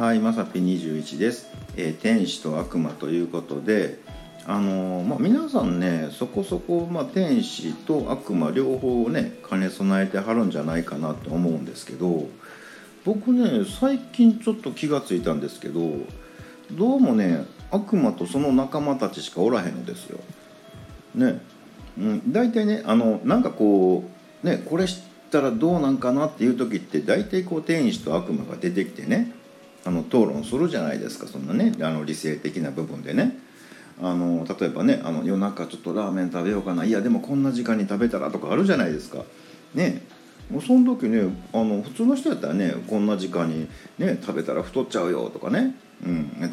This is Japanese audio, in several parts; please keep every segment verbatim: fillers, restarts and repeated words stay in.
はい、まさぴにじゅういちです、えー、天使と悪魔ということで、あのーまあ、皆さんねそこそこ、まあ、天使と悪魔両方ね兼ね備えてはるんじゃないかなと思うんですけど、僕ね最近ちょっと気がついたんですけど、どうもね悪魔とその仲間たちしかおらへんのですよね。うん、大体ねあのなんかこうねこれ知ったらどうなんかなっていう時って大体こう天使と悪魔が出てきてねあの討論するじゃないですか。そんなねあの理性的な部分でね、あの例えばねあの夜中ちょっとラーメン食べようかな、いやでもこんな時間に食べたらとかあるじゃないですかね。もうその時ねあの普通の人やったらねこんな時間にね食べたら太っちゃうよとかね、うん、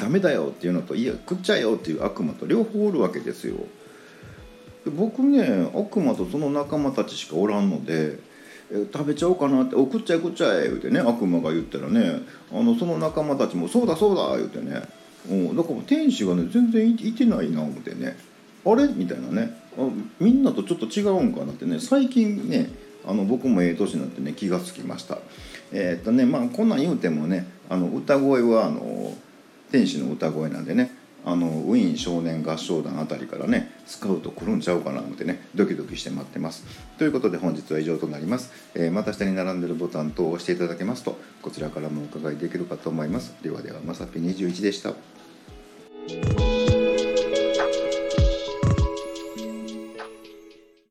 ダメだよっていうのといや食っちゃえよっていう悪魔と両方おるわけですよ。で僕ね悪魔とその仲間たちしかおらんので、え食べちゃおうかなって「お食っちゃえ食っちゃえ」言うてね悪魔が言ったらねあのその仲間たちも「そうだそうだ」言うてね、うん、だから天使がね全然 い, いてないな思ってね、あれみたいなね、あみんなとちょっと違うんかなってね最近ねあの僕もええ年になってね気がつきました。えー、っとねまあこんなん言うてもねあの歌声はあの天使の歌声なんでね、あのウィーン少年合唱団あたりからねスカウト来るんちゃうかなってねドキドキして待ってます。ということで本日は以上となります。えー、また下に並んでるボタン等を押していただけますとこちらからもお伺いできるかと思います。ではではまさぴにじゅういちでした。